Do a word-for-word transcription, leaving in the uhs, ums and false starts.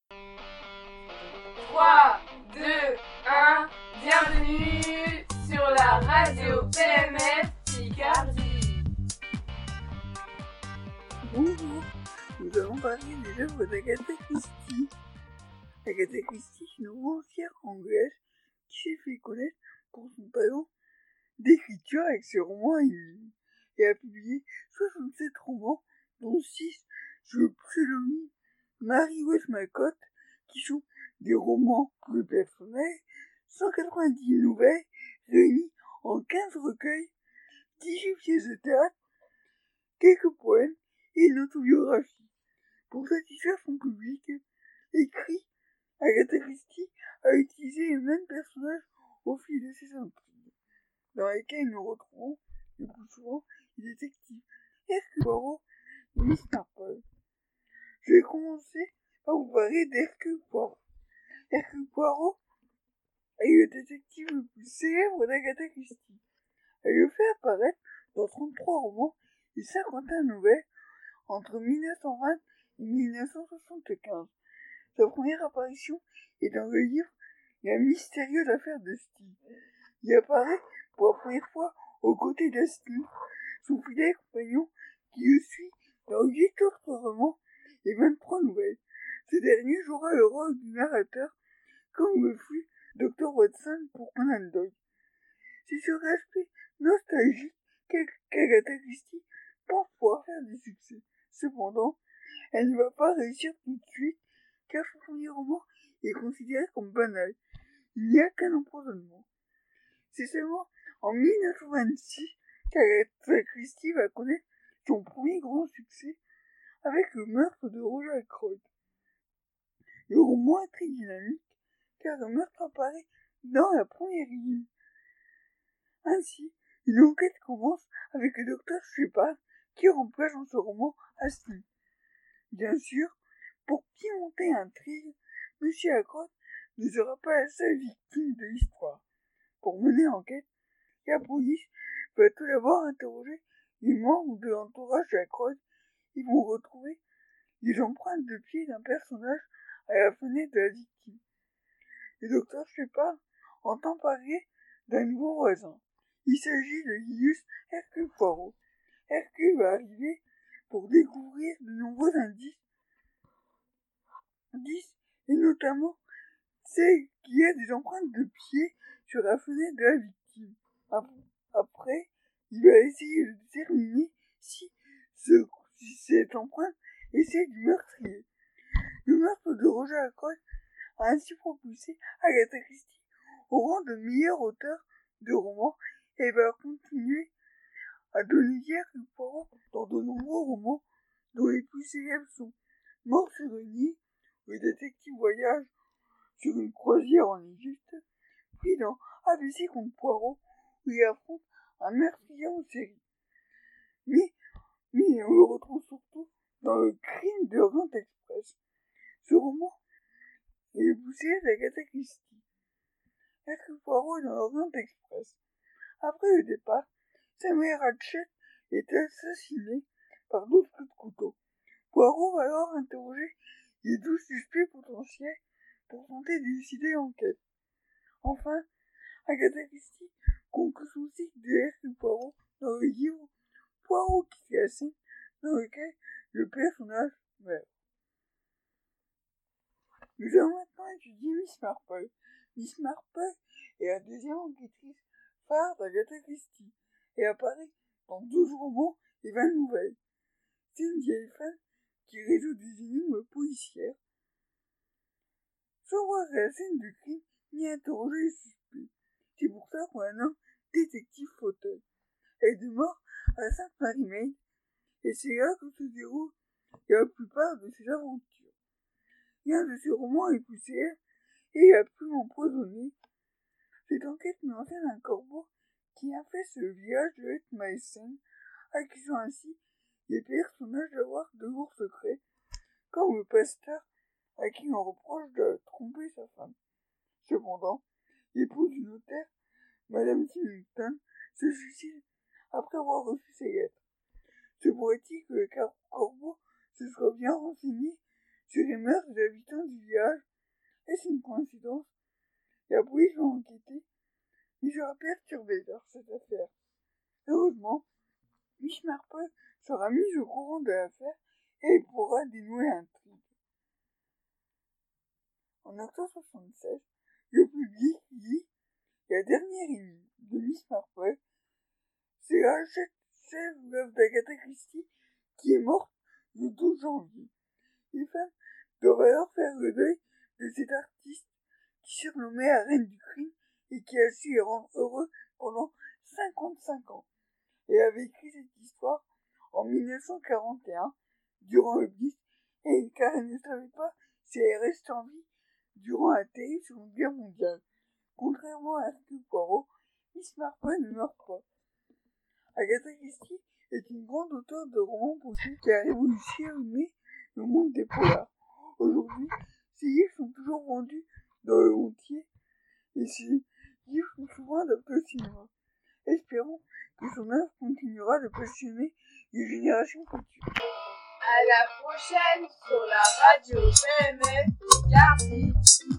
trois, deux, un, bienvenue sur la radio P M F Picardie. Bonjour, nous allons parler des œuvres d'Agatha Christie. Agatha Christie est une romancière anglaise qui s'est fait connaître pour son talent d'écriture avec ses romans et livres, et a publié soixante-sept romans, dont six sous le pseudonyme Mary Westmacott, qui sont des romans plus personnels, cent quatre-vingt-dix nouvelles réunies en quinze recueils, dix-huit pièces de théâtre, quelques poèmes et une autobiographie. Pour satisfaire son public, écrit, Agatha Christie a utilisé les mêmes personnages au fil de ses intrigues, dans lesquels nous retrouvons le plus souvent les détectives Hercule Poirot et Miss Marple. Je vais commencer par vous parler d'Hercule Poirot. Hercule Poirot est le détective le plus célèbre d'Agatha Christie. Elle le fait apparaître dans trente-trois romans et cinquante et un nouvelles entre mille neuf cent vingt et mille neuf cent soixante-quinze. Sa première apparition est dans le livre La mystérieuse affaire de Steele. Il apparaît pour la première fois aux côtés d'Astley, son fidèle compagnon qui le suit dans huit autres romans et vingt-trois nouvelles. Ce dernier jouera le rôle du narrateur comme le fut docteur Watson pour Conan Doyle. C'est sur l'aspect nostalgique qu'Agatha Christie pense pouvoir faire du succès. Cependant, elle ne va pas réussir tout de suite car son premier roman est considéré comme banal. Il n'y a qu'un empoisonnement. C'est seulement en mille neuf cent vingt-six qu'Agatha Christie va connaître son premier grand succès avec le meurtre de Roger Ackroyd. Le roman est très dynamique car le meurtre apparaît dans la première ligne. Ainsi, une enquête commence avec le docteur Shepard qui remplace dans ce roman Astley. Bien sûr, pour pimenter l'intrigue, M. Ackroyd ne sera pas la seule victime de l'histoire. Pour mener l'enquête, la police va tout d'abord interroger les membres de l'entourage d'Ackroyd. Ils vont retrouver les empreintes de pieds d'un personnage à la fenêtre de la victime. Le docteur Shepard entend parler d'un nouveau voisin. Il s'agit de Lilius Hercule Poirot. Hercule va arriver pour découvrir de nombreux indices, indices et notamment celle qu'il y a des empreintes de pieds sur la fenêtre de la victime. Après, il va essayer de déterminer si, ce, si cette empreinte est celle du meurtrier. Le meurtre de Roger Ackroyd a ainsi propulsé Agatha Christie au rang de meilleur auteur de romans et va continuer à donner vie à Hercule Poirot dans de nombreux romans dont les plus célèbres sont Mort sur le Nil, le détective voyage sur une croisière en Égypte, puis dans A B C contre Poirot où il affronte un meurtrier en série. Mais, mais on le retrouve surtout dans Le Crime de Orient Express. Ce roman est le plus célèbre d'Agatha Christie. Hercule Poirot est dans Orient Express. Après le départ, Samuel Ratchet est assassiné par douze coups de couteau. Poirot va alors interroger les douze suspects potentiels pour tenter d'élucider l'enquête. Enfin, Agatha Christie conclut son cycle de Hercule Poirot dans le livre Poirot qui fait la scène, dans lequel le personnage meurt. Nous allons maintenant étudier Miss Marple. Miss Marple est la deuxième enquêtrice phare d'Agatha Christie et apparaît dans douze romans et vingt nouvelles. C'est une vieille femme qui résout des énigmes policières sans voir la scène du crime ni interroger les suspects. C'est pour ça qu'on la nomme détective fauteuil. Elle demeure à Sainte-Marie-Maine et c'est là que se déroule la plupart de ses aventures. L'un de ses romans les plus célèbres est La plume empoisonnée. Cette enquête met en scène un corbeau qui infeste le village de Hetmaesen, accusant ainsi les personnages d'avoir de lourds secrets, comme le pasteur à qui on reproche de tromper sa femme. Cependant, l'épouse du notaire, Madame Symington, se suicide après avoir reçu ses lettres. Se pourrait-il que le corbeau se soit bien renseigné sur les meurtres des habitants du village. Est-ce une coïncidence? La police va enquêter, mais sera perturbée par cette affaire. Heureusement, Miss Marple sera mise au courant de l'affaire et elle pourra dénouer l'intrigue. En octobre soixante-seize, le public lit la dernière ligne de Miss Marple. C'est la chef veuve d'Agatha Christie qui est morte le douze janvier. Les fans doivent alors faire le deuil de cet artiste qui surnommait la reine du crime et qui a su les rendre heureux pendant cinquante-cinq ans. Elle avait écrit cette histoire en mille neuf cent quarante et un, durant le blitz, et car elle ne savait pas si elle restait en vie durant la terrible Seconde Guerre mondiale. Contrairement à Hercule Poirot, Miss Marple ne meurt pas. Agatha Christie est une grande auteure de romans politiques qui a révolutionné le monde des polars. Aujourd'hui, ses livres sont toujours vendus dans le monde entier et ses livres sont souvent adaptés au cinéma. Espérons que son œuvre continuera de passionner les générations futures. À la prochaine sur la radio P M F Picardie.